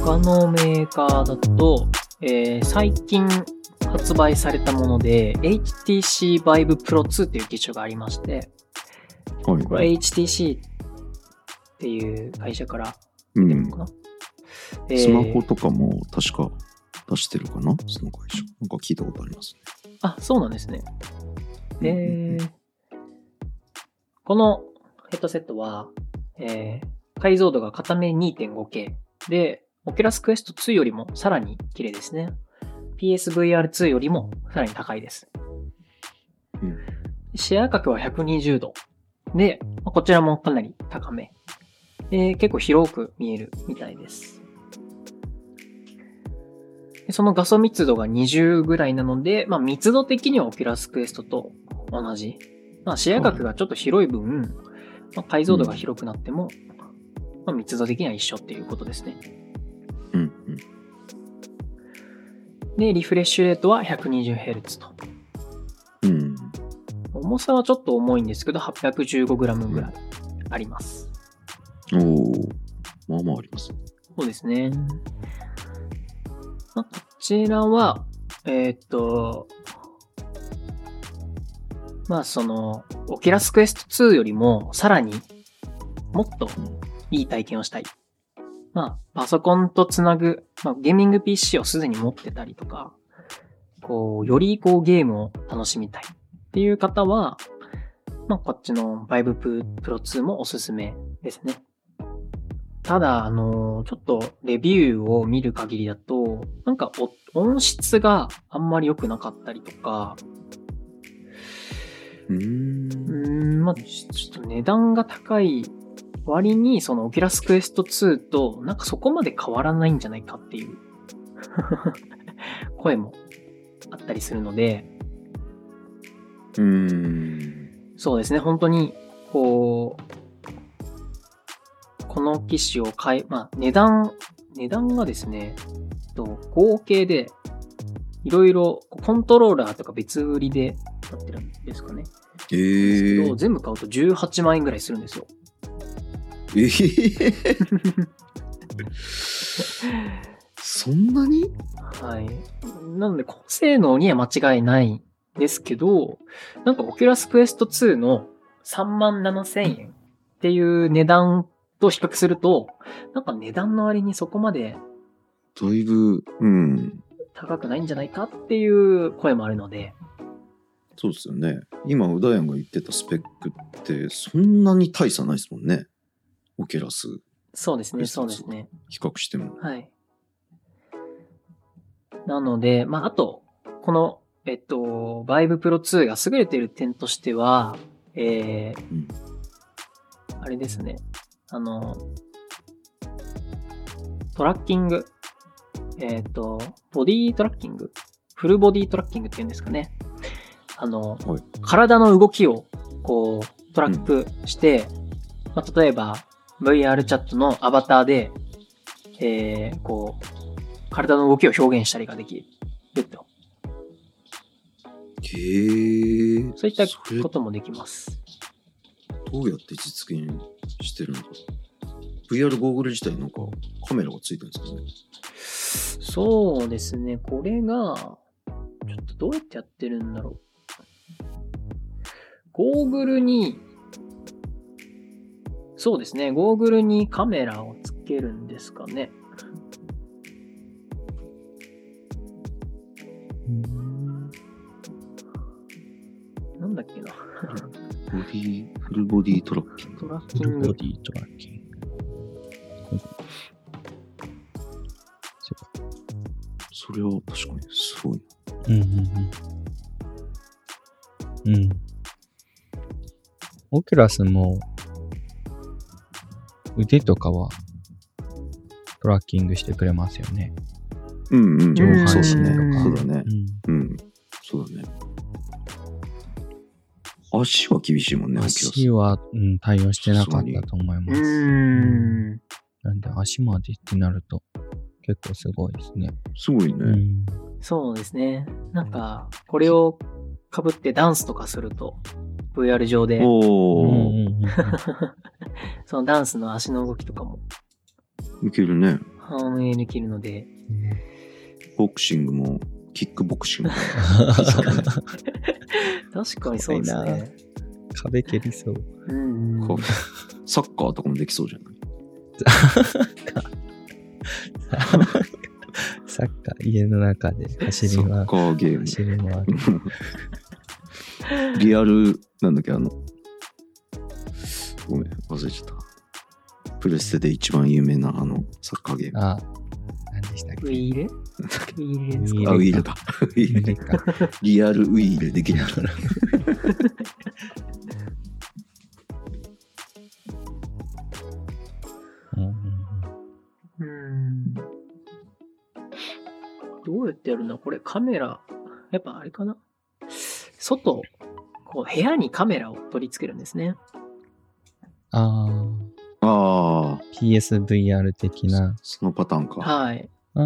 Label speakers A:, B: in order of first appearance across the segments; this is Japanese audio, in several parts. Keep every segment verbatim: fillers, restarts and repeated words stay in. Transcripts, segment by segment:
A: 他のメーカーだと、えー、最近発売されたもので エイチティーシー Vive Pro ツーっていう機種がありまして、はい、これ エイチティーシー っていう会社から出てるのかな、うん
B: えー、スマホとかも確か出してるかな、その会社。なんか聞いたことありますね。
A: あ、そうなんですね。で、うん、このヘッドセットは、えー、解像度が片目 にてんごケー で、Oculus Quest ツーよりもさらに綺麗ですね。ピーエスブイアールツー よりもさらに高いです。うん、視野角はひゃくにじゅうどで、こちらもかなり高め。で、結構広く見えるみたいです。でその画素密度がにじゅうぐらいなので、まあ密度的には Oculus Quest と同じ。まあ視野角がちょっと広い分、まあ、解像度が広くなっても、うんまあ、密度的には一緒っていうことですね。
B: うんうん。
A: で、リフレッシュレートは ひゃくにじゅうヘルツ と。
B: うん。
A: 重さはちょっと重いんですけど、はっぴゃくじゅうごグラム ぐらいあります。
B: おー、まあまああります。
A: そうですね。まあ、こちらは、えー、っと、まあその、Oculus Quest ツーよりもさらにもっといい体験をしたい。まあパソコンとつなぐ、まあ、ゲーミング ピーシー をすでに持ってたりとか、こう、よりこうゲームを楽しみたいっていう方は、まあこっちの Vive Pro ツーもおすすめですね。ただ、あの、ちょっとレビューを見る限りだと、なんか音質があんまり良くなかったりとか、
B: うーん、
A: うーんまあ、ちょっと値段が高い割に、その Oculus Quest ツーとなんかそこまで変わらないんじゃないかっていう声もあったりするので、
B: うーん、
A: そうですね、本当に、こう、この機種を買い、まあ値段、値段がですね、合計で、いろいろコントローラーとか別売りでなってるんですかね。
B: えー、
A: けど全部買うとじゅうはちまんえんぐらいするんですよ。
B: えー、そんなに？
A: はい。なので高性能には間違いないんですけど、なんか Oculus Quest ツーのさんまんななせんえんっていう値段と比較すると、なんか値段の割にそこまで
B: だいぶ、うん。
A: 高くないんじゃないかっていう声もあるので。
B: そうですよね。今、うだやんが言ってたスペックって、そんなに大差ないですもんね。オキュラス。
A: そうですね、そうですね。
B: 比較しても。
A: はい。なので、まあ、あと、この、えっと、Vive Pro ツーが優れている点としては、えー、うん、あれですね。あの、トラッキング。えっと、ボディトラッキング、フルボディトラッキングっていうんですかね。あの、はい、体の動きをこうトラックして、うんまあ、例えば ブイアール チャットのアバターで、えー、こう体の動きを表現したりができると。
B: へー。
A: そういったこともできます。
B: どうやって実現してるのか。ブイアール ゴーグル自体なんかカメラがついてるんですかね。
A: そうですね。これが、ちょっとどうやってやってるんだろう。ゴーグルに、そうですね。ゴーグルにカメラをつけるんですかね。なんだっけな。
B: ボディ、フルボディトラッキング。
A: トラッキング。
C: フルボディトラッキング。
B: それは確かにすごい。
C: うんうんうん。うん。オキュラスも腕とかはトラッキングしてくれますよね。
B: うんうん。
C: 上半身とか。
B: そうだね。そうだね。うん。うん、そうだね。足は厳しいもんね。
C: 足は、うん、対応してなかったと思います。
A: うーん。
C: なんで足までってなると結構すごいですね。
B: すごいね。うん、
A: そうですね。なんかこれを被ってダンスとかすると ブイアール 上で、
B: お
A: そのダンスの足の動きとかも
B: いけるね。
A: 反映できるので。
B: ボクシングも、キックボクシングも。
A: 確かにそうですね。
C: 壁蹴りそう。
A: うんうん、
B: サッカーとかもできそうじゃない
C: サッカー、家の中で走り回る。
B: サッカーゲーム。
C: 走り回
B: る。リアル、なんだっけ、あの、ごめん、忘れちゃった。プレステで一番有名なあのサッカーゲーム。
C: あ、何でしたっけ？
A: ウィール？ウィールですか？
B: あ、ウィールだ。ウィールか。リアルウィールできる。
A: うん。どうやってやるんだこれカメラ。やっぱあれかな外、こう部屋にカメラを取り付けるんですね。
C: あ
B: あ。ああ。
C: ピーエスブイアール 的な。
B: そのパターンか。
A: はい。
C: あ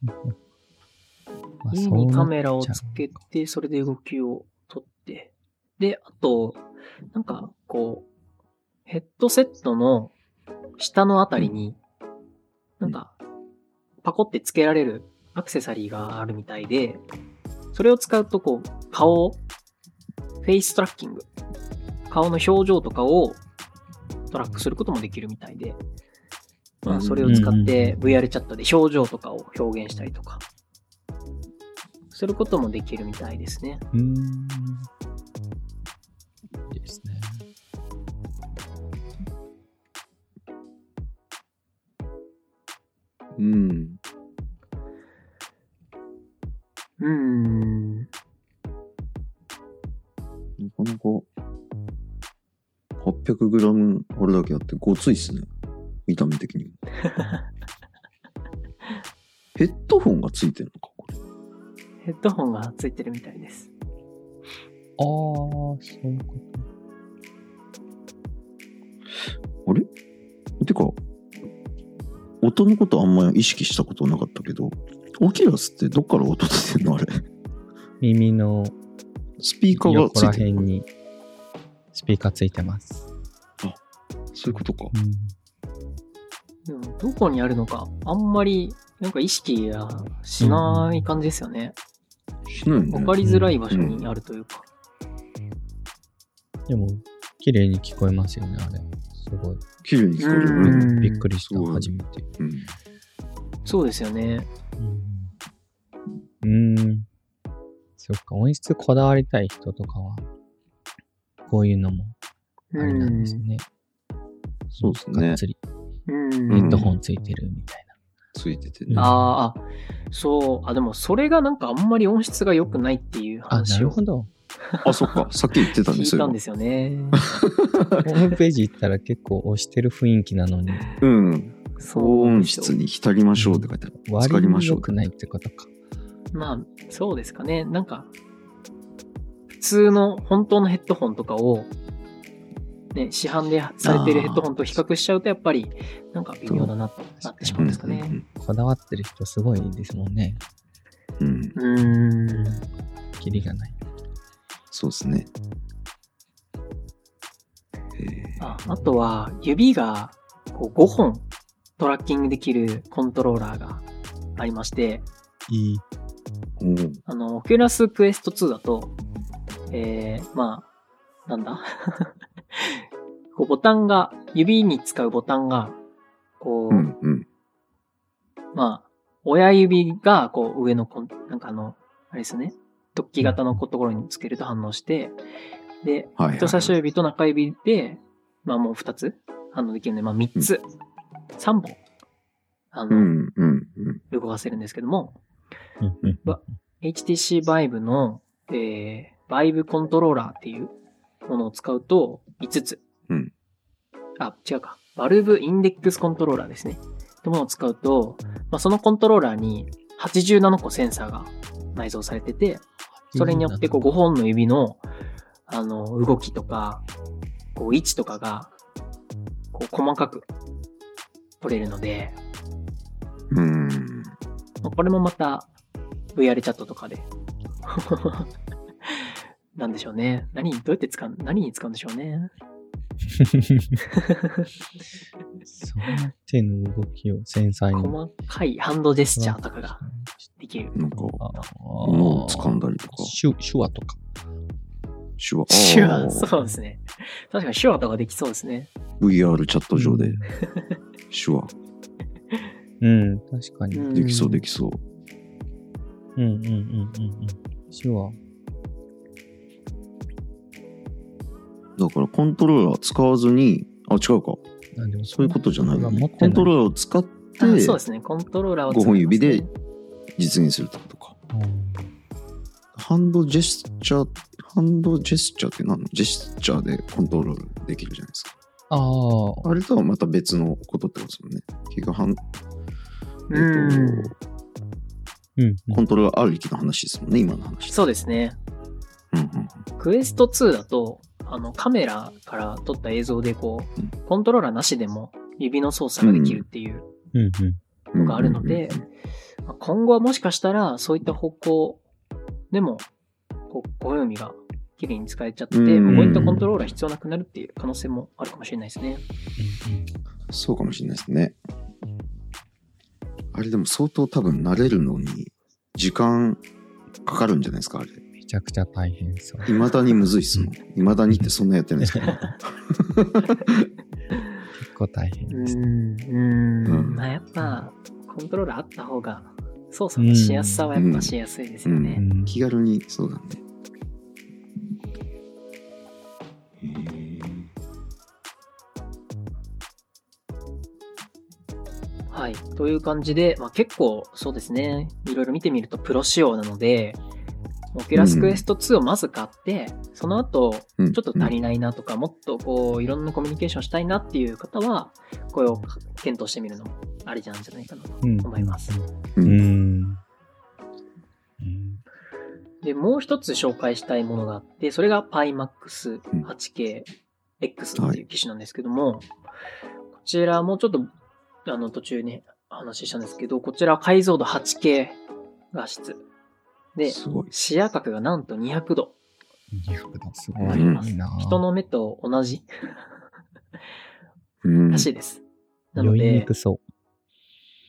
A: あ家にカメラをつけて、それで動きを撮って。で、あと、なんか、こう、ヘッドセットの下のあたりに、なんか、パコってつけられるアクセサリーがあるみたいで、それを使うと、こう、顔を、フェイストラッキング、顔の表情とかをトラックすることもできるみたいで、まあ、それを使って ブイアール チャットで表情とかを表現したりとか、することもできるみたいですね。
C: うーん。いいですね。
B: うん。
A: うーん。
B: なかなか、はっぴゃくグラム あれだけあってごついっすね。見た目的にも。ヘッドホンがついてるのか、これ。
A: ヘッドホンがついてるみたいです。
C: ああ、そういうこと。
B: あれてか、音のことあんまり意識したことなかったけど、オキュラスってどっから音出てんのあれ。
C: 耳の
B: スピーカーがついてる。
C: 横ら辺にスピーカーついてます。
B: あ、そういうことか。
C: うん
A: でもどこにあるのか、あんまりなんか意識がしない感じですよね。
B: しないね。
A: わかりづらい場所にあるというか。
C: でも、綺麗に聞こえますよね、あれ。すごい。
B: 綺麗に聞こえる。
A: うん
C: びっくりした、初めて。
B: うん。
A: そうですよね。
C: うん。うーん。そっか、音質こだわりたい人とかは、こういうのもありなんですね。
B: そうですね。
C: がっつり。
A: うん。
C: ヘッドホンついてるみたいな。
B: ついててね。
A: ああ、そう。あ、でもそれがなんかあんまり音質が良くないっていう
C: あ、な
A: 話を
C: るほど。
B: あ、そっか。さっき言ってたんですよ。
A: 聞いたんですよね。
C: ホームページ行ったら結構押してる雰囲気なのに。
B: うん。
A: そう
B: 音質に浸りましょうって書いてある。
C: 割に良くないってことか。
A: まあ、そうですかね。なんか、普通の本当のヘッドホンとかを、ね、市販でされているヘッドホンと比較しちゃうと、やっぱり、なんか微妙だなとなってしまうんですかね。
B: うん
C: こだわってる人すごいですもんね。
B: うん。
A: うーん。
C: キリがない。
B: そうですね。
A: あ, あとは、指がこうごほんトラッキングできるコントローラーがありまして、
C: いい。
A: あの、オキュラスクエストツーだと、えー、まあ、なんだこうボタンが、指に使うボタンが、こう、
B: うんうん、
A: まあ、親指が、こう、上のコン、なんかあの、あれですね、突起型のところにつけると反応して、で、
B: はいはいはい、
A: 人差し指と中指で、まあもうふたつ反応できるので、まあみっつ、うん、さんぼん、あの、
B: うんうんうん、
A: 動かせるんですけども、
C: うんうん、
A: エイチティーシー Vive の、えー、Vive コントローラーっていうものを使うといつつ、
B: うん、
A: あ、違うか、Valve Index コントローラーですね。ってものを使うと、まあ、そのコントローラーにはちじゅうななこセンサーが内蔵されてて、それによってこうごほんの指のあの動きとか、こう位置とかがこう細かく取れるので、
B: うーん、
A: これもまた ブイアール チャットとかでなんでしょうね。何どうやって使う何に使うんでしょうね。
C: その手の動きを繊細に。
A: 細かいハンドジェスチャーとかができる。
B: なんか、物を掴んだりとか。
C: 手手話とか。
B: 手話。
A: 手話、そうですね。確かに手話とかできそうですね。
B: ブイアール チャット上で、手話。
C: うん、確かに。
B: できそう、できそう。
C: うんうんうんうんうん。手話。
B: だからコントローラー使わずに、あ、違うか。
C: あでも
B: そういうことじゃない。
C: コ
B: コントローラーを使って、
A: そうですね。コントローラーを使
B: ごほん指で実現するってことか。
C: うん、
B: ハンドジェスチャー、ハンドジェスチャーって何のジェスチャーでコントロールできるじゃないですか。
C: ああ。
B: あれとはまた別のことってことですもんね。結局ハン、えっと、
C: うん、
B: コントローラーありきの話ですもんね、今の話。
A: そうですね。
B: うんうん、
A: クエストツーだと、あのカメラから撮った映像でこう、うん、コントローラーなしでも指の操作ができるっていうのがあるので、今後はもしかしたらそういった方向でもこうご読みが綺麗に使えちゃって、うん、こういったコントローラー必要なくなるっていう可能性もあるかもしれないですね。
B: そうかもしれないですね。あれでも相当多分慣れるのに時間かかるんじゃないですか、あれ。
C: めちゃくちゃ大変そう。
B: 未だにむずいっすもん。未だにってそんなやってないですけど。
C: 結構大変ですね。
A: うん、うん、まあやっぱコントローラーあった方が操作のしやすさはやっぱしやすいですよね。
B: うんうん、気軽にそうだね。へー。
A: はい。という感じで、まあ、結構そうですね。いろいろ見てみるとプロ仕様なので、Oculus Quest ツーをまず買って、うん、その後、ちょっと足りないなとか、うん、もっとこう、いろんなコミュニケーションしたいなっていう方は、これを検討してみるのもありなんじゃないかなと思います。
C: うん。うん
A: で、もう一つ紹介したいものがあって、それが パイマックスはちケーエックス っていう機種なんですけども、はい、こちらもちょっと、あの、途中に話したんですけど、こちらは解像度 はちケー 画質。で、視野角がなんとにひゃくど。
C: にひゃくど、すごいな。
A: 人の目と同じらしいです。な
C: の
A: で、
C: 酔いにくそう。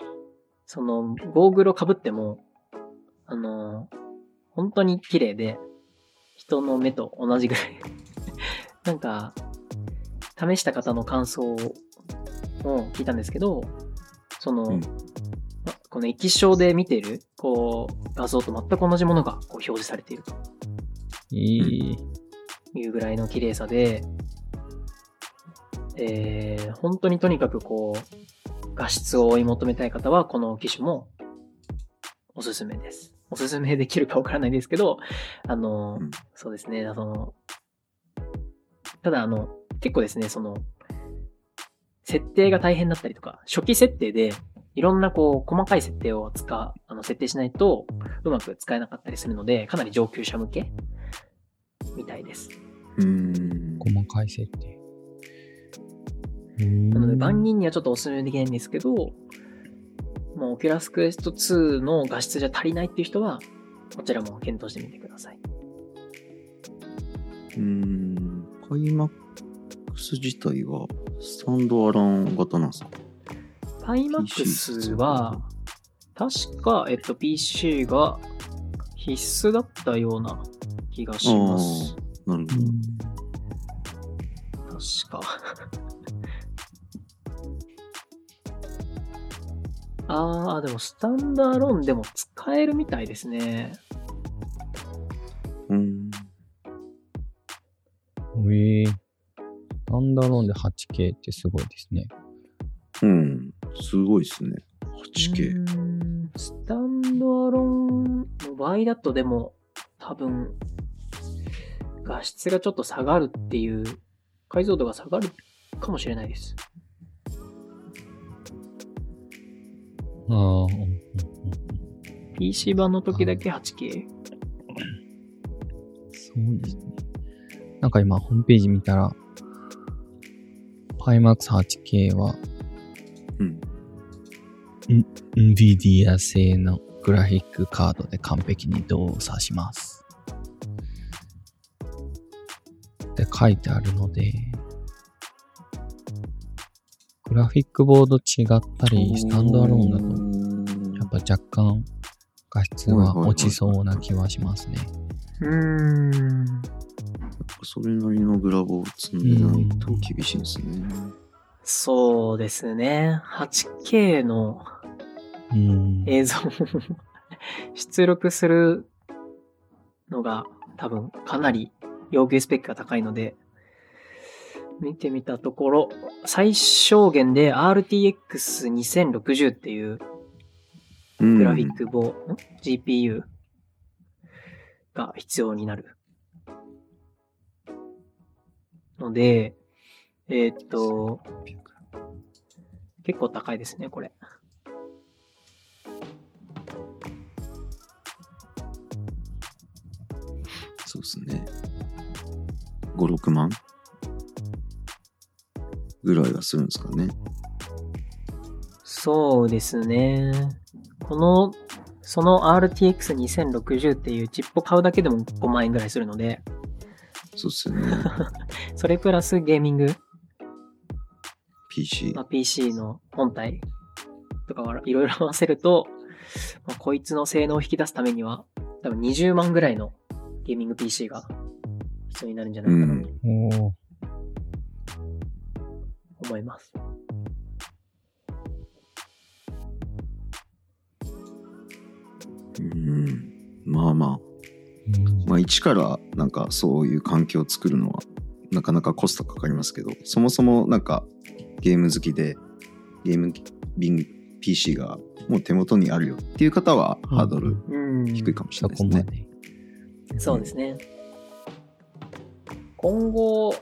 A: その、ゴーグルを被っても、あの、本当に綺麗で、人の目と同じぐらい。なんか、試した方の感想を聞いたんですけど、その、うん、この液晶で見ているこう画像と全く同じものがこう表示されているというぐらいの綺麗さで、えー、本当にとにかくこう画質を追い求めたい方はこの機種もおすすめです。おすすめできるかわからないですけど、あの、うん、そうですね、あの、ただあの、結構ですね、その、設定が大変だったりとか、初期設定でいろんなこう細かい設定を使う、あの設定しないとうまく使えなかったりするので、かなり上級者向けみたいです。
B: うーん。
C: 細かい設定。
A: なので万人にはちょっとお勧めできないんですけど、もう Oculus Quest ツーの画質じゃ足りないっていう人は、こちらも検討してみてください。
B: うーん。パイマックス自体はスタンドアラン型なんですか？
A: パイマックスは、確か、えっと、ピーシー が必須だったような気がします。
B: なるほ
A: ど。確か。あー、でもスタンドアローンでも使えるみたいですね。
B: うん。
C: えー、スタンドアローンで はちケー ってすごいですね。
B: うん。すごいですね。はちケー。
A: スタンドアローンの場合だとでも多分画質がちょっと下がるっていう解像度が下がるかもしれないです。
C: ああ。
A: ピーシー 版の時だけ はちケー。
C: そうですね。なんか今ホームページ見たら パイマックスはちケー は
B: うん。
C: NVIDIA 製のグラフィックカードで完璧に動作します。って書いてあるので、 グラフィックボード違ったり、スタンドアローンだと、やっぱ若干画質は落ちそうな気はしますね。
A: うーん。
B: それなりのグラボを積んでないと厳しいんですね。
A: そうですね。はちケー の
C: うん。
A: 映像を出力するのが多分かなり要求スペックが高いので、見てみたところ、最小限で アールティーエックスにせんろくじゅう っていう
B: うん
A: グラフィックボー、ん ジーピーユー が必要になる。ので、えーっと、結構高いですね、これ。
B: そうですね。ご、ろくまんぐらいはするんですかね。
A: そうですね。この、その アールティーエックスにせんろくじゅう っていうチップを買うだけでもごまん円ぐらいするので、
B: そうですよね。
A: それプラスゲーミング、
B: ピーシー。
A: まあ、ピーシー の本体とかはいろいろ合わせると、まあ、こいつの性能を引き出すためには、多分にじゅうまんぐらいのゲーミング ピーシー が必要になるんじゃないかなと
C: おー。
A: 思います。
B: うん。まあまあ。
C: うん
B: まあ一からなんかそういう環境を作るのはなかなかコストかかりますけど、そもそもなんかゲーム好きでゲームビング ピーシー がもう手元にあるよっていう方はハードル
A: うん。
B: 低いかもしれ
C: そ
B: ないですね。
C: こまで。
A: そうですね。今後、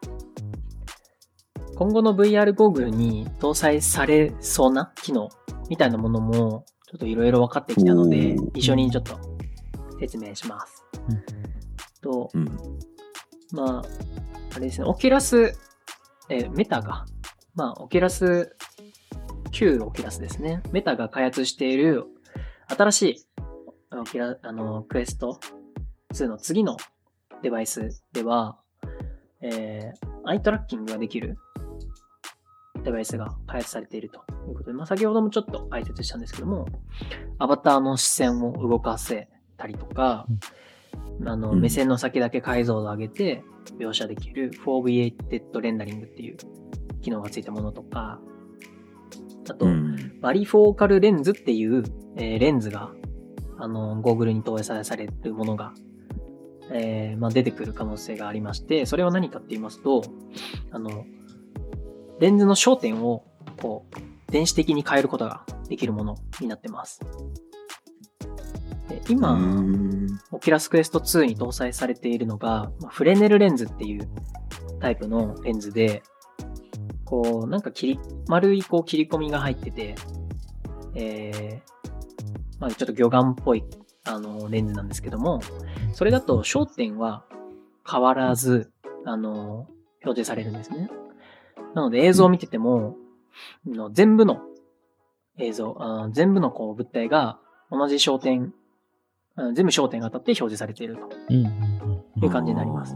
A: 今後の ブイアール ゴーグルに搭載されそうな機能みたいなものもちょっといろいろ分かってきたので
B: おー、
A: 一緒にちょっと説明します。
C: うん
A: と、
B: うん。
A: まあ、あれですね、オキュラス、えーメタが、まあ、オキュラス、旧オキュラスですね。メタが開発している新しいオキュラ、あの、クエストツーの次のデバイスでは、えー、アイトラッキングができるデバイスが開発されているということで、まあ、先ほどもちょっと解説したんですけども、アバターの視線を動かせたりとか、あの、
B: うん
A: 目線の先だけ解像度を上げて描写できる フォーブイエイテッドレンダリングっていう機能がついたものとか、あと、
B: うん。
A: バリフォーカルレンズっていう、えーレンズが、あの、ゴーグルに搭載されるものが、えーまあ、出てくる可能性がありまして、それは何かって言いますと、あの、レンズの焦点を、こう、電子的に変えることができるものになってます。で今、
B: うん
A: オキュラスクエストツーに搭載されているのが、まあフレネルレンズっていうタイプのレンズで、こう、なんか切り、丸いこう切り込みが入ってて、えー、まあちょっと魚眼っぽい、あの、レンズなんですけども、それだと焦点は変わらず、あの、表示されるんですね。なので映像を見てても、の全部の映像、あー全部のこう物体が同じ焦点、あ全部焦点が当たって表示されていると
C: うんうんうん
A: いう感じになります。
B: あ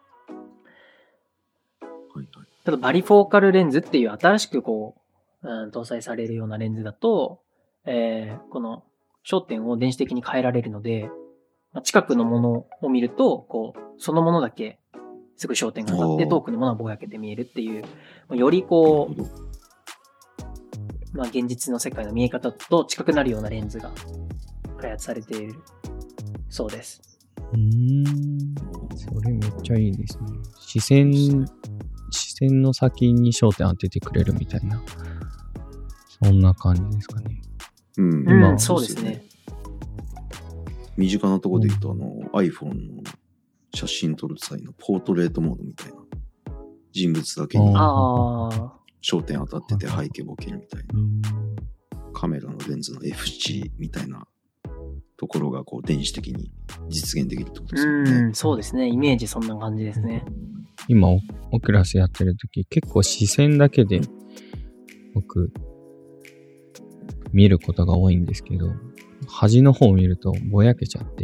B: ーはいはい。
A: ただバリフォーカルレンズっていう新しくこう、うん、搭載されるようなレンズだと、えーこの焦点を電子的に変えられるので、まあ近くのものを見ると、こう、そのものだけすぐ焦点が当たって
B: おー
A: 遠くのものはぼやけて見えるっていう、よりこ
B: なるほど
A: う、まあ現実の世界の見え方と近くなるようなレンズが開発されているそうです。
C: うーん。それめっちゃいいですね。視線、視線の先に焦点当ててくれるみたいな。そんな感じですかね。
B: うん。
C: 今
A: うん、そうですね。
B: 身近なところで言うと、あの iPhone の写真撮る際のポートレートモードみたいな、人物だけに
A: ああ、
B: 焦点当たってて背景ボケるみたいな、
C: うん。
B: カメラのレンズの エフシー みたいなところがこう電子的に実現できるってことですよね。
A: うん、そうですね。イメージそんな感じですね。
C: 今オ、オキュラスやってるとき、結構視線だけで僕、見ることが多いんですけど、端の方を見るとぼやけちゃって、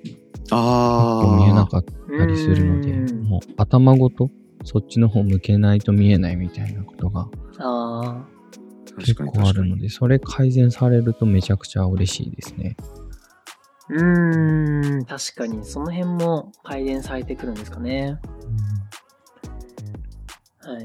B: あ
C: 結構見えな
B: あ、
C: かったりするので、
A: うん
C: もう頭ごとそっちの方向けないと見えないみたいなことが
A: あ
C: 結構あるので、それ改善されるとめちゃくちゃ嬉しいですね。
A: ー。うーん、確かに、その辺も改善されてくるんですかね。はい。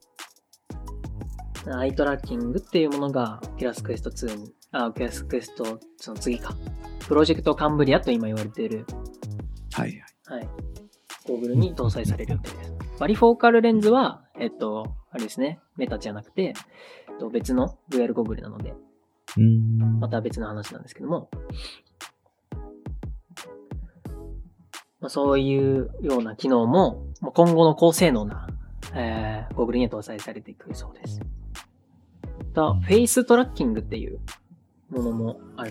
A: アイトラッキングっていうものが Oculus Quest ツーに、あ、Oculus Quest その次か。プロジェクトカンブリアと今言われている、
B: はいはい。
A: はい。ゴーグルに搭載される予定です。バリフォーカルレンズは、えっと、あれですね、メタじゃなくて、えっと、別の ブイアール ゴーグルなので、
C: うーん。
A: また別の話なんですけども、まあ、そういうような機能も、まあ、今後の高性能な、えー、ゴーグルに搭載されてくるそうです。また、フェイストラッキングっていうものもあって、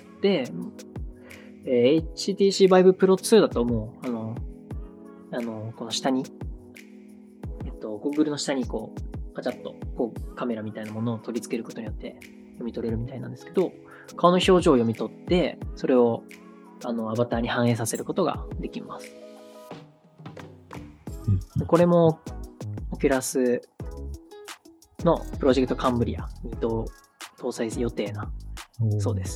A: えー、エイチティーシー Vive Pro ツーだともう、あの、あの、この下に、えっと、ゴーグルの下にこう、カチャッと、こう、カメラみたいなものを取り付けることによって読み取れるみたいなんですけど、顔の表情を読み取って、それを、あの、アバターに反映させることができます。
C: うん、
A: これも、オキュラスのプロジェクトカンブリアに搭載予定な、そうです。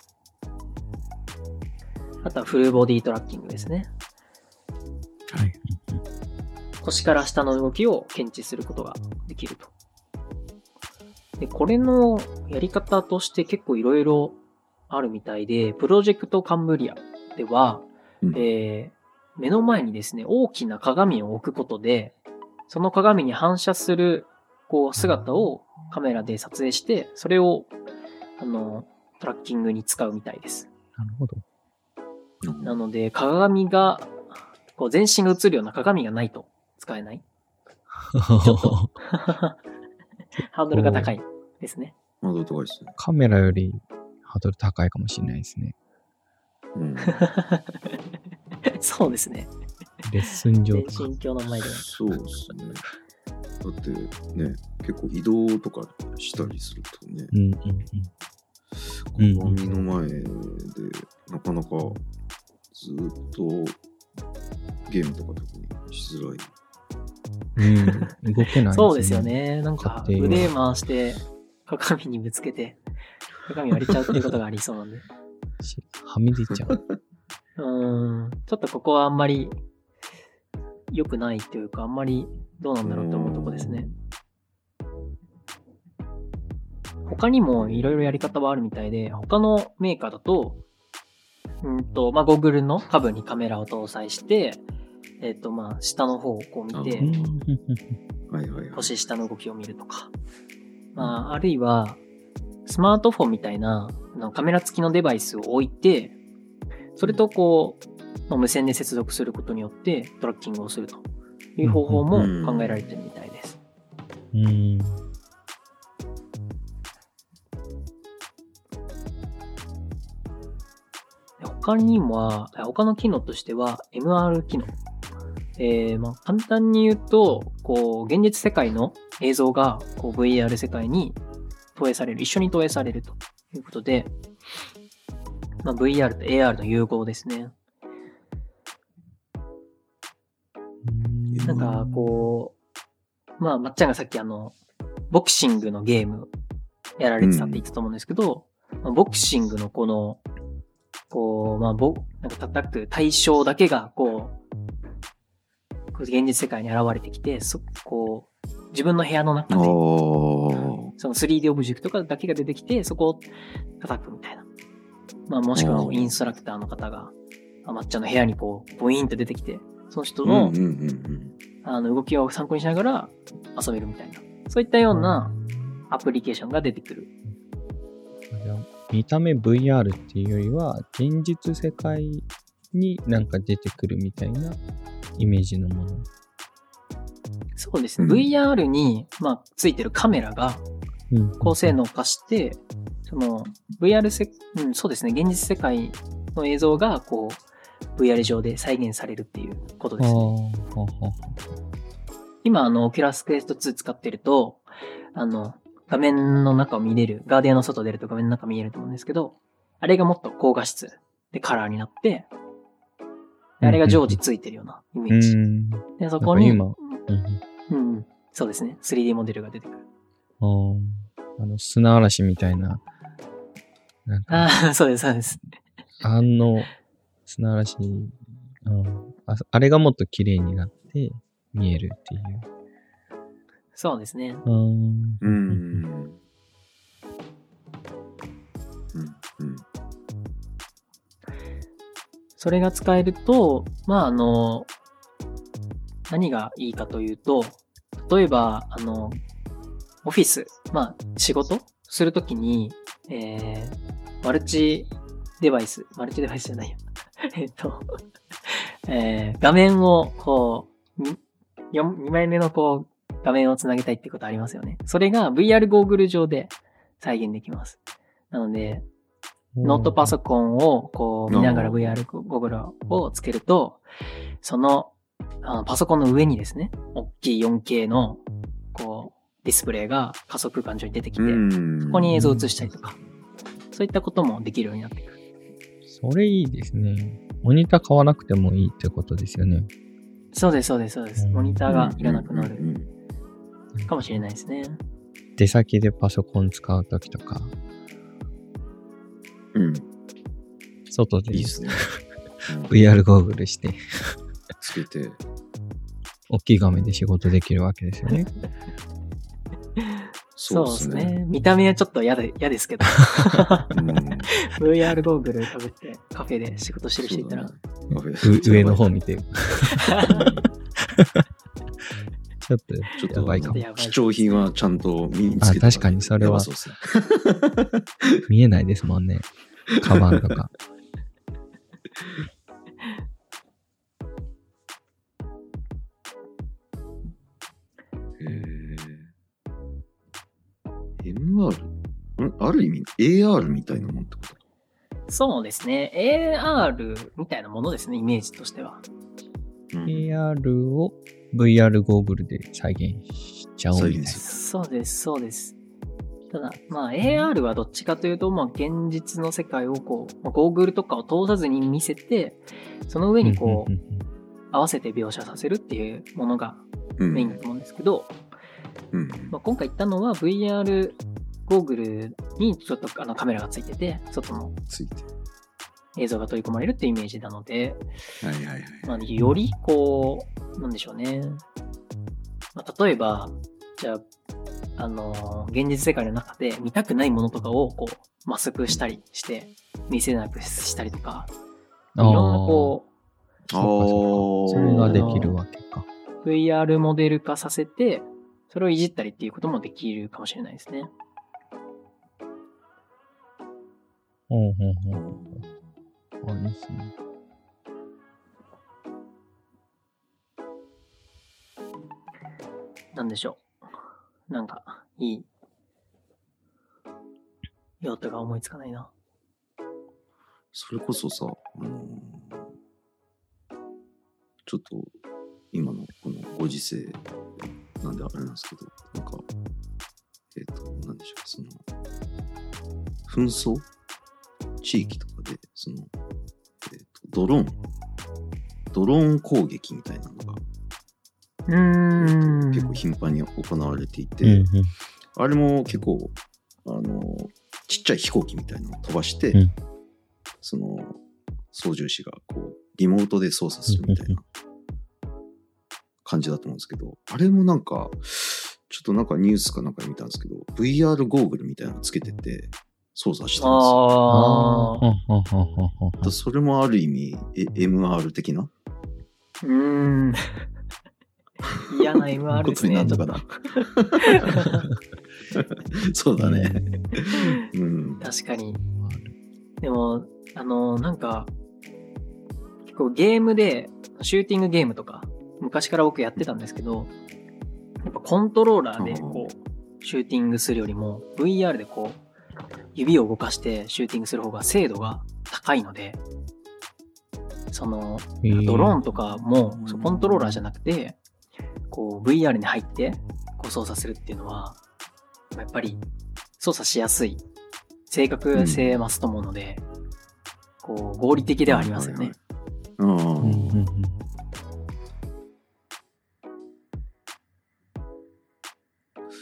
A: あとはフルボディトラッキングですね。
B: はい。
A: 腰から下の動きを検知することができると。で、これのやり方として結構いろいろあるみたいで、プロジェクトカンブリアでは、
B: うん、
A: えー、目の前にですね、大きな鏡を置くことで、その鏡に反射するこう姿をカメラで撮影して、それをあのトラッキングに使うみたいです。
C: なるほど。
A: なので、鏡が、こう全身が映るような鏡がないと使えない。ちょっと、ハードルが高いですね。
B: ハードル高いですね。
C: カメラよりハードル高いかもしれないですね。
B: うん、
A: そうですね。
C: レッスン上とか。
A: 全身鏡の前で。
B: そうですね。だってね、結構移動とかしたりするとね、
C: うんうんうん。
B: 鏡の前でなかなかずっとゲームとか特にしづらい。
C: うん、動けないですね。
A: そうですよね。なんか腕回して鏡にぶつけて鏡割れちゃうっていうことがありそうなんで。
C: はみ出ちゃう。
A: うーん。ちょっとここはあんまり良くないというか、あんまりどうなんだろうと思うとこですね。他にもいろいろやり方はあるみたいで、他のメーカーだと、うんと、まあ、ゴーグルの下部にカメラを搭載して、えっと、まあ、下の方をこう見て、
B: はいはいはい、
A: 腰下の動きを見るとか。まあ、あるいは、スマートフォンみたいなカメラ付きのデバイスを置いて、それとこう、まあ、無線で接続することによってトラッキングをするという方法も考えられているみたいです。
C: うん。
A: 他には、他の機能としては エムアール 機能。えー、まあ簡単に言うと、こう、現実世界の映像がこう ブイアール 世界に投影される、一緒に投影されるということで、まあ、ブイアール と エーアール の融合ですね。なんか、こう、まあ、まっちゃんがさっきあの、ボクシングのゲームやられてたって言ってたと思うんですけど、うんまあ、ボクシングのこの、こう、まあ、ボ、なんか叩く対象だけが、こう、現実世界に現れてきて、そ、こう、自分の部屋の中で、その スリーディー オブジェクトだけが出てきて、そこを叩くみたいな。まあ、もしくはインストラクターの方が、あまっちゃんの部屋にこう、ボイーンと出てきて、その人の、あの、動きを参考にしながら遊べるみたいな。そういったようなアプリケーションが出てくる。
C: 見た目 ブイアール っていうよりは、現実世界になんか出てくるみたいなイメージのもの。
A: そうですね。うん、ブイアール に、まあ、ついてるカメラが高性能化して、その ブイアール せ、うん、そうですね。現実世界の映像がこう ブイアール 上で再現されるっていうことですね。今あの Oculus Quest ツー使ってると、あの画面の中を見れる、ガーディアンの外出ると画面の中見えると思うんですけど、あれがもっと高画質でカラーになって、あれが常時ついてるようなイメージ。
C: うん、
A: でそこに
C: うんうん。
A: うんうん。そうですね。スリーディー モデルが出てくる。
C: あーあの、砂嵐みたいな、なんか、
A: ああ、そうです、そうです。
C: あの、砂嵐、うんあ、あれがもっと綺麗になって見えるっていう。
A: そうですね。
C: うーん。
B: うん。うん。うん。
A: それが使えると、まあ、あの、何がいいかというと、例えば、あの、オフィス、まあ、仕事するときに、えー、マルチデバイス、マルチデバイスじゃないよ。えっと、えー、画面を、こう、に、にまいめのこう、画面をつなげたいってことありますよね。それが ブイアール ゴーグル上で再現できます。なので、ノートパソコンをこう見ながら ブイアール ゴーグルをつけると、その、あのパソコンの上にですね、大きい よんケー のこうディスプレイが仮想空間上に出てきて、
B: うん。
A: そこに映像を映したりとか、そういったこともできるようになってくる。
C: それいいですね。モニター買わなくてもいいってことですよね。
A: そうです、そうです、そうです。モニターがいらなくな
B: うんうん
A: るかもしれないですね。
C: 出先でパソコン使うときとか、
B: うん。うん。
C: 外で
B: いいですね。うん
C: ブイアール ゴーグルして、
B: つけて。
C: 大きい画面で仕事できるわけですよね。
A: そうですね。見た目はちょっと嫌で、嫌ですけど。
B: うん。
A: ブイアール ゴーグル被ってカフェで仕事してる人いたら、
B: そうだねカフェ
C: う上の方見て。ちょっと、
B: ちょっと
C: やばいかも。
A: やばい
B: 貴重品はちゃんと身につけて。
C: あ確かにそれは
B: やばそうですね。
C: 見えないですもんね。カバンとか。
B: へー エムアール? んある意味 エーアール みたいなもんってこと？
A: そうですね。エーアール みたいなものですね、イメージとしては。
B: うん
C: エーアール を ブイアール ゴーグルで再現しちゃおうみたいな。
B: 再現す
A: そうです、そうです。ただ、まあ エーアール はどっちかというと、まあ現実の世界をこう、まあ、ゴーグルとかを通さずに見せて、その上にこう、
C: うんうんうん
A: 合わせて描写させるっていうものが
B: うん
A: メインだと思うんですけど、
B: うん
A: まあ、今回言ったのは ブイアール ゴーグルにちょっとあのカメラがついてて、外の
B: ついて。
A: 映像が取り込まれるっていうイメージなので、
B: はいはいはい。
A: まあ、よりこう、なんでしょうね。まあ、例えば、じゃあ、あのー、現実世界の中で見たくないものとかをこう、マスクしたりして、見せなくしたりとか、いろんなこう、
B: ああ。
C: それができるわけか。
A: ブイアール モデル化させて、それをいじったりっていうこともできるかもしれないですね。
C: ほうほうほう。あ、いいっすね。
A: なんでしょう。なんか、いい用途が思いつかないな。
B: それこそさ、あのーちょっと今のこのご時世なんであれなんですけど、なんか、えっ、と、なんでしょう、その、紛争地域とかで、その、えっ、と、ドローン、ドローン攻撃みたいなのが、
A: うーん。
B: 結構頻繁に行われていて、
C: うんうん
B: あれも結構、あの、ちっちゃい飛行機みたいなのを飛ばして、
C: うん
B: その、操縦士がこう、リモートで操作するみたいな感じだと思うんですけど、あれもなんか、ちょっとなんかニュースかなんかで見たんですけど、ブイアール ゴーグルみたいなのつけてて、操作してるんですよ。
A: ああ。
C: ほんほんほんほんほん
B: だそれもある意味、え エムアール 的な
A: うーん。嫌な エムアール ですね。
B: ことになるのかな。そうだね。うん。
A: 確かに。でも、あの、なんか、結構ゲームで、シューティングゲームとか、昔から僕やってたんですけど、やっぱコントローラーでこう、シューティングするよりも、ブイアール でこう、指を動かしてシューティングする方が精度が高いので、その、ドローンとかも、そうコントローラーじゃなくて、こう ブイアール に入ってこう操作するっていうのは、やっぱり操作しやすい、正確性増すと思うので、うん、こう合理的ではありますよね。
B: うんうんうん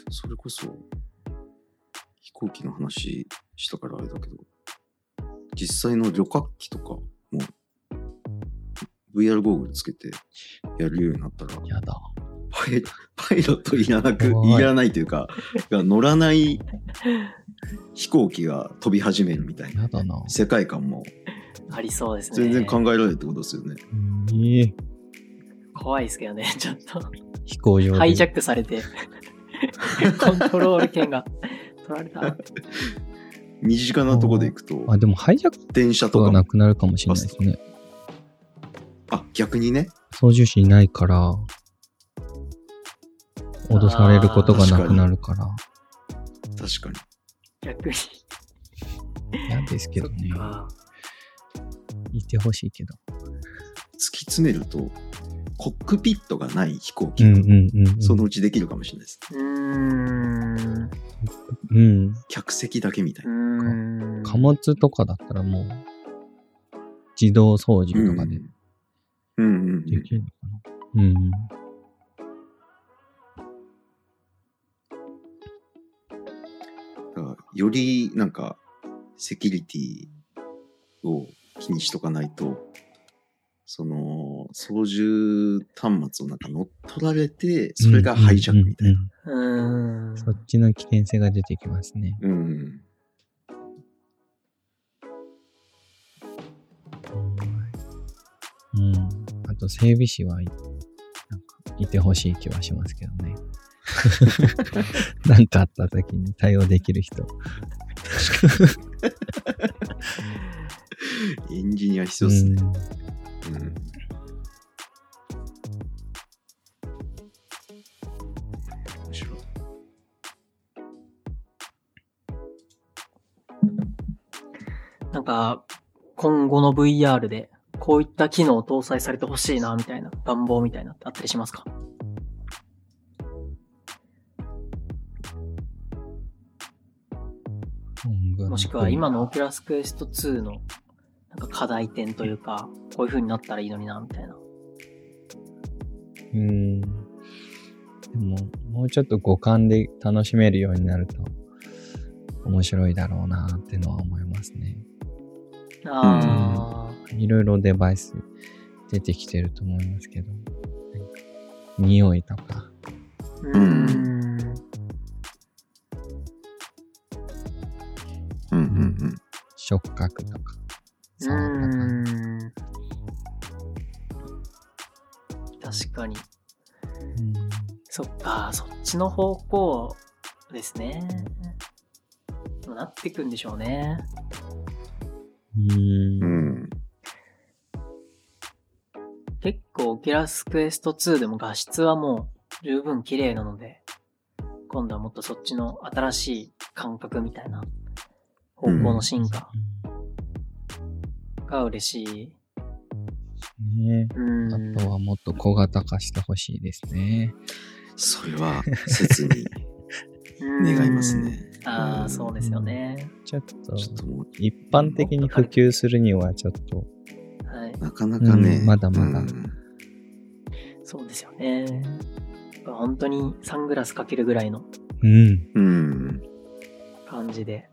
B: それこそ飛行機の話したからあれだけど、実際の旅客機とかも ブイアール ゴーグルつけてやるようになったら、
C: やだ。
B: パイ、パイロットいらなく、
C: 怖い
B: いらないというか、乗らない飛行機が飛び始めるみたいな
C: やだな。
B: 世界観も
A: ありそうですね。
B: 全然考えられるってことですよね。
C: ええ、
A: 怖いですけどね、ちょっと。
C: 飛行場で。
A: ハイジャックされて、コントロール権が取られた。
B: 身近なとこで行くと、
C: あ、でもハイジャッ
B: 電車とかも
C: クがなくなるかもしれないですね。
B: あ、逆にね。
C: 操縦士いないから、脅されることがなくなるから。
B: 確かに。
A: 逆に。
C: 嫌ですけどね。
A: あ
C: いてほしいけど。
B: 突き詰めると、コックピットがない飛行機が
C: うんうんうん、うん。
B: そのうちできるかもしれないです。
A: ーうーん。
C: うん。
B: 客席だけみたいうな。
A: ーん。
C: 貨物とかだったらもう、自動操縦とかで
B: うんうんうん。
C: できるのかな。うん。
B: だからよりなんかセキュリティを気にしとかないと、その操縦端末をなんか乗っ取られて、それがハイジャックみたいな。
C: うんうんうん
A: うーん。
C: そっちの危険性が出てきますね。
B: うんうん
C: うん。あと整備士はい、なんかいてほしい気はしますけどね。なんかあった時に対応できる人。
B: エンジニア必要っすね。
C: うん
B: うん面白い。
A: なんか、今後の ブイアール で、こういった機能を搭載されてほしいな、みたいな、願望みたいなってあったりしますか？もしくは今の Oculus Quest ツーのなんか課題点というか、こういう風になったらいいのにな、みたいな。
C: うん。でも、もうちょっと五感で楽しめるようになると面白いだろうなっていうのは思いますね。
A: ああ、
C: いろいろデバイス出てきてると思いますけど、匂いとか、
A: うーん。
B: うんうんうん。
C: 触覚とか、
A: う
C: 触った感
A: ーん。確かに。
C: じ。
A: そっか、そっちの方向ですね。でもなってくんでしょうね。
C: うん。うん
B: うん
A: 結構 Oculus Quest ツーでも画質はもう十分綺麗なので、今度はもっとそっちの新しい感覚みたいな方向の進化が嬉しい。
C: ね
A: うん。
C: あとはもっと小型化してほしいですね。
B: それは切に願いますね。
A: ああ、
B: うん
A: そうですよね。
C: ちょっと、
B: ちょっともう
C: 一般的に普及するにはちょっと、
A: はい。
B: なかなかね、
C: うんまだまだ
B: うん
A: そうですよね。本当にサングラスかけるぐらいの
C: うん。
B: うん、
A: 感じで。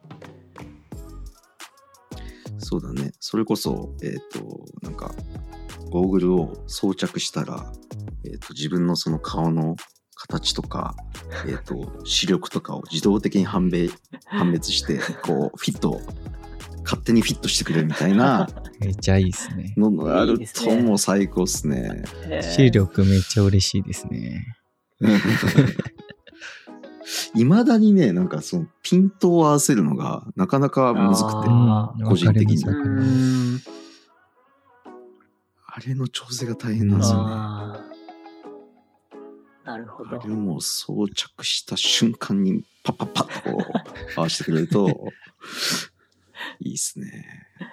B: そうだね。それこそ、えっ、と、なんか、ゴーグルを装着したら、えっ、と、自分のその顔の形とか、えっ、と、視力とかを自動的に判別、判別して、こう、フィット、勝手にフィットしてくれるみたいな
C: めっちゃいいですね。
B: のがある
A: いいですね
B: ともう最高っすね。
A: へー
C: 視力めっちゃ嬉しいですね。
B: いまだにね、なんかそのピントを合わせるのがなかなかむずくて、
A: あー
B: 個人的に
C: わかりますわかります
A: うーん。
B: あれの調整が大変なんですよね。
A: ああ。なるほど
B: あ。れをもう装着した瞬間にパッパッパッとこう合わせてくれるといいっすね。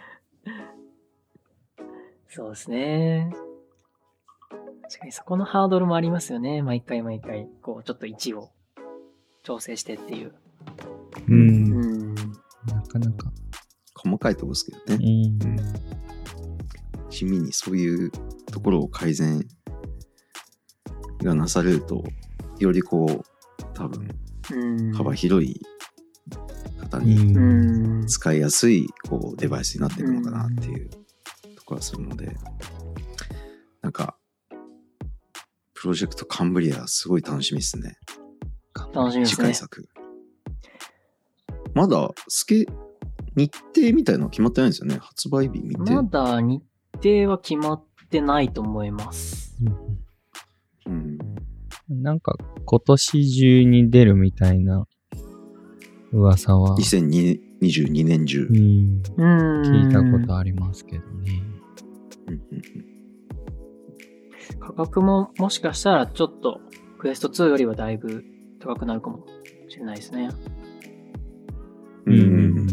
A: そうですね。確かにそこのハードルもありますよね。毎回毎回、こう、ちょっと位置を調整してっていう。
C: う。
A: うんん。
C: なかなか。
B: 細かいとこですけど
C: う
B: ね。
C: ん。
B: 地味にそういうところを改善がなされると、よりこう、多分
A: うん
B: 幅広い方
C: う
B: に
C: ん。
B: 使いやすいこうデバイスになってるのかなっていうところがするので、なんかプロジェクトカンブリアすごい楽しみですね。次
A: 楽しみですね
B: 回作。まだスケ日程みたいなの決まってないんですよね。発売日見て。
A: まだ日程は決まってないと思います。
B: うん、
C: なんか今年中に出るみたいな噂は、
B: にせんにじゅうにねん中。
C: うん、
A: うん。
C: 聞いたことありますけどね。
B: うんうんうん
A: 価格ももしかしたらちょっとクエストツーよりはだいぶ高くなるかもしれないですね。
B: うんうんうん、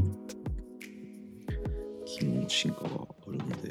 B: 機能の進化があるので。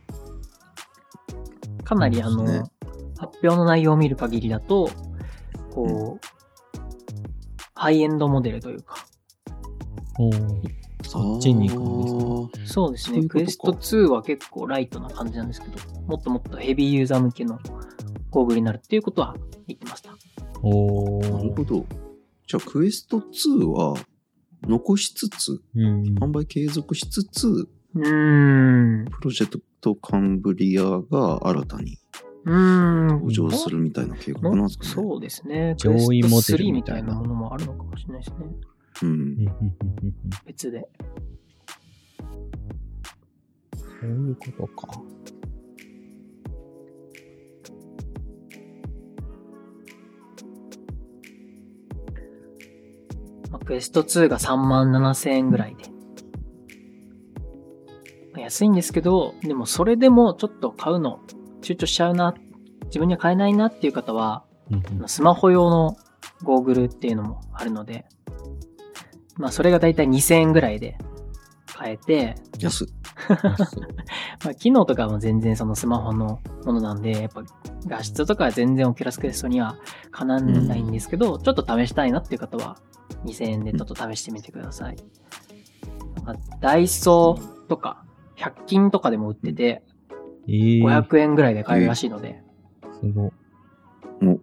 A: かなりあの、
B: ね、
A: 発表の内容を見る限りだと、こう、ハイエンドモデルというか。
C: おーそっちに行くんですか？
A: そうですね。クエストツーは結構ライトな感じなんですけど、もっともっとヘビーユーザー向けのゴーグルになるっていうことは言ってました。
C: おー
B: なるほど。じゃあクエストツーは残しつつ、
C: うん
B: 販売継続しつつ、
A: うーん。
B: プロジェクトカンブリアが新たに
A: うーん。
B: 登場するみたいな計画なんですかね。
A: そうですね。
C: 上位モデルみたいな
A: クエストスリーみたいなものもあるのかもしれないですね。
B: うん。
A: 別で。
C: そういうことか。
A: まあ、クエストツーがさんまんななせんえんぐらいで。まあ、安いんですけど、でもそれでもちょっと買うの躊躇しちゃうな、自分には買えないなっていう方は、スマホ用のゴーグルっていうのもあるので、まあそれがだいたいにせんえんぐらいで買えて、
B: 安っ。
A: まあ機能とかも全然そのスマホのものなんで、やっぱ画質とかは全然オキュラスクエストにはかなわないんですけど、うん、ちょっと試したいなっていう方はにせんえんでちょっと試してみてください。なんかダイソーとかひゃく均とかでも売ってて、ごひゃくえんぐらいで買えるらしいので、
C: えー、すごい。
B: お、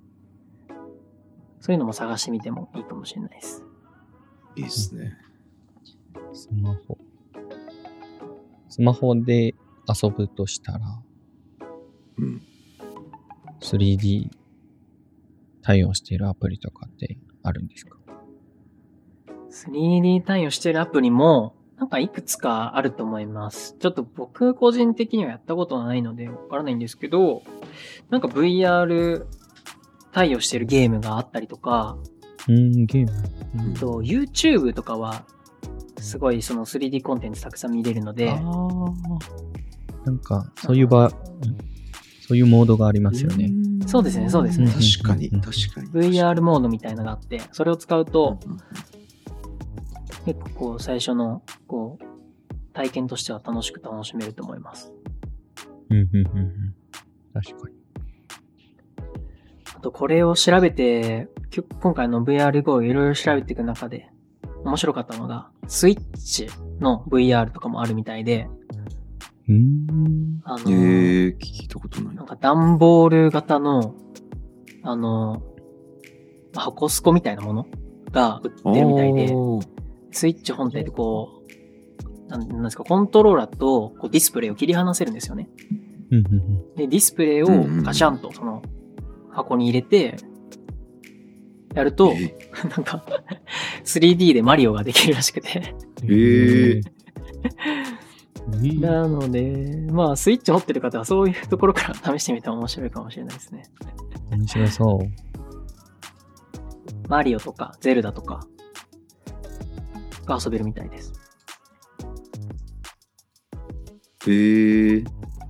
A: そういうのも探してみてもいいかもしれないです。
B: いいですね。
C: スマホ。スマホで遊ぶとしたら、
B: うん、
C: スリーディー 対応しているアプリとかってあるんですか？
A: スリーディー 対応しているアプリも、なんかいくつかあると思います。ちょっと僕個人的にはやったことはないのでわからないんですけど、なんか ブイアール 対応しているゲームがあったりとか、
C: うん、ゲーム、
A: うん、と YouTube とかはすごいその スリーディー コンテンツたくさん見れるので、あ
C: なんかそういう場、そういうモードがありますよね。
A: そうですね、そうですね。
B: 確かに、確かに。
A: ブイアール モードみたいなのがあって、それを使うと、結構こう最初のこう体験としては楽しく楽しめると思います。
C: うんうんうんうん。確かに。
A: あとこれを調べて、今回の ブイアールゴー をいろいろ調べていく中で面白かったのが、スイッチの ブイアール とかもあるみたいで、
C: うーん。
A: あの
B: えー、聞いたことない。
A: なんか段ボール型の、あの、箱スコみたいなものが売ってるみたいで、スイッチ本体でこう、なんなんですか、コントローラーとこうディスプレイを切り離せるんですよね。
C: うんうんうん、
A: で、ディスプレイをガシャンとその箱に入れて、やると、なんか、スリーディー でマリオができるらしくて。
B: えー。
A: なので、まあ、スイッチ持ってる方はそういうところから試してみても面白いかもしれないですね。
C: 面白そう。
A: マリオとか、ゼルダとか、が遊べるみたいです。
B: へー。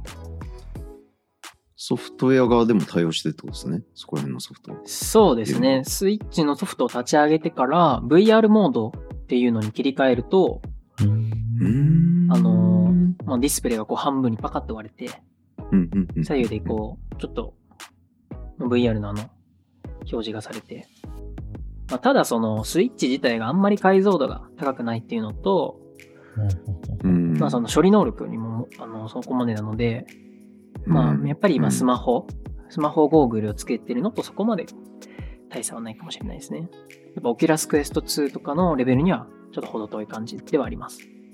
B: ソフトウェア側でも対応してるってことですね。そこら辺のソフト。
A: そうですね。スイッチのソフトを立ち上げてから、ブイアール モードっていうのに切り替えると、
B: うーん
A: あのー、まあ、ディスプレイがこう半分にパカッと割れて、
B: うんうんうん、
A: 左右でこう、ちょっと、ブイアール のあの、表示がされて、まあ、ただその、スイッチ自体があんまり解像度が高くないっていうのと、
B: うん、
A: まあその処理能力にも、あの、そこまでなので、まあ、やっぱり今スマホ、うん、スマホゴーグルをつけてるのとそこまで大差はないかもしれないですね。やっぱオキュラスクエストツーとかのレベルにはちょっと程遠い感じではあります。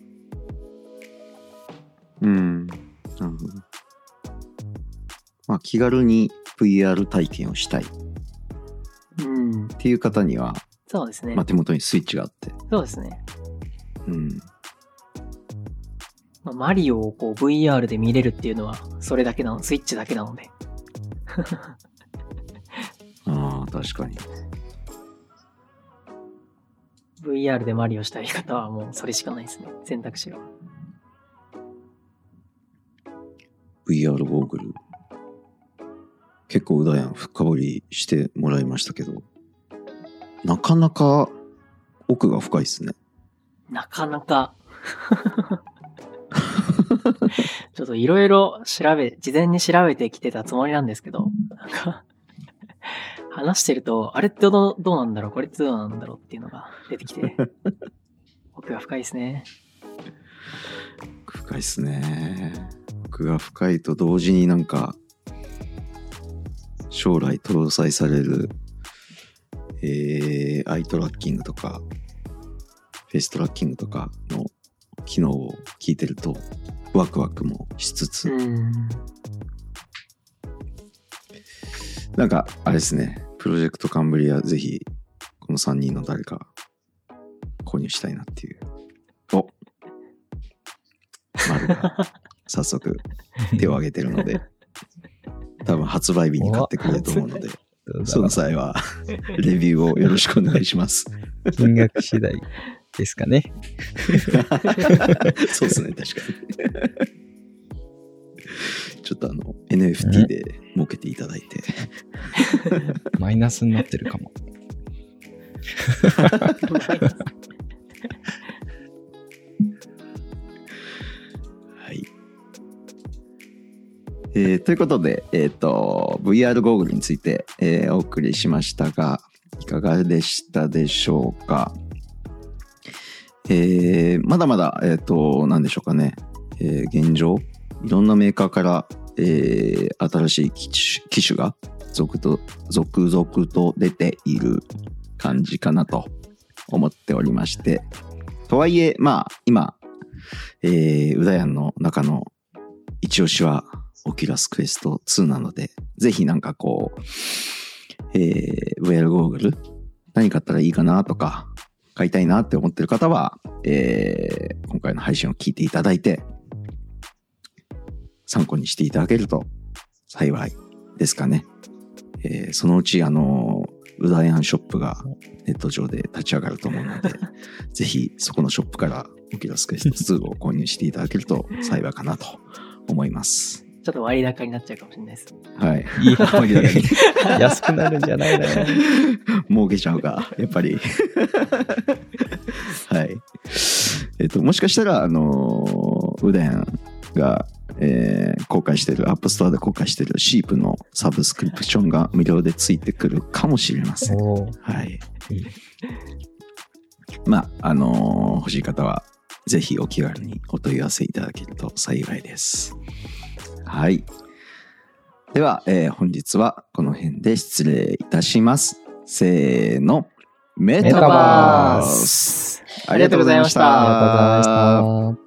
B: うん。なるほど。まあ気軽に ブイアール 体験をしたいっ
A: うん。
B: ていう方には、
A: そうですね。
B: まあ手元にスイッチがあって。
A: そうですね。
B: うん。
A: まあ、マリオをこう ブイアール で見れるっていうのはそれだけなの、スイッチだけなので。
B: ああ、確かに。
A: ブイアール でマリオしたい方はもうそれしかないですね。選択肢が。
B: ブイアール ゴーグル。結構うだやん深掘りしてもらいましたけど、なかなか奥が深いですね。
A: なかなか。ちょっといろいろ調べ、事前に調べてきてたつもりなんですけど、なんか、話してると、あれってどう、どうなんだろう、これってどうなんだろうっていうのが出てきて、奥が深いですね。
B: 深いですね。奥が深いと同時になんか、将来搭載される、えー、アイトラッキングとか、フェイストラッキングとかの機能を聞いてると、ワクワクもしつつ、
A: うん。
B: なんか、あれですね、プロジェクトカンブリア、ぜひ、このさんにんの誰か、購入したいなっていう。お丸が、早速、手を挙げてるので、多分発売日に買ってくれると思うので、その際は、レビューをよろしくお願いします。
C: 金額次第ですかね。
B: そうですね、確かに。ちょっとあの エヌエフティー で儲けていただいて
C: マイナスになってるかも。
B: はい。えー、ということで、えっと ブイアール ゴーグルについて、えー、お送りしましたが、いかがでしたでしょうか。えー、まだまだえっと何でしょうかね、えー、現状いろんなメーカーから、えー、新しい機種、機種が続々と、続々と出ている感じかなと思っておりまして。とはいえ、まあ、今、えー、うだやんの中の一押しは、オキュラスクエストツーなので、ぜひなんかこう、えー、ブイアール ゴーグル、何買ったらいいかなとか、買いたいなって思ってる方は、えー、今回の配信を聞いていただいて、参考にしていただけると幸いですかね。えー、そのうちあのうだやんショップがネット上で立ち上がると思うのでぜひそこのショップからオキュラスクエストツーを購入していただけると幸いかなと思います。
A: ちょっと割高になっちゃうかもしれないです。
B: はい。
C: いい割高に安くなるんじゃないのよ。
B: 儲けちゃうかやっぱり。はい。えっともしかしたらあのうだやんがえー、公開してる、アップストアで公開してるシープのサブスクリプションが無料でついてくるかもしれません。はい。いいまあ、あのー、欲しい方はぜひお気軽にお問い合わせいただけると幸いです。はい。では、えー、本日はこの辺で失礼いたします。せーの。メタバース。ありがとうございました。
C: ありがとうございました。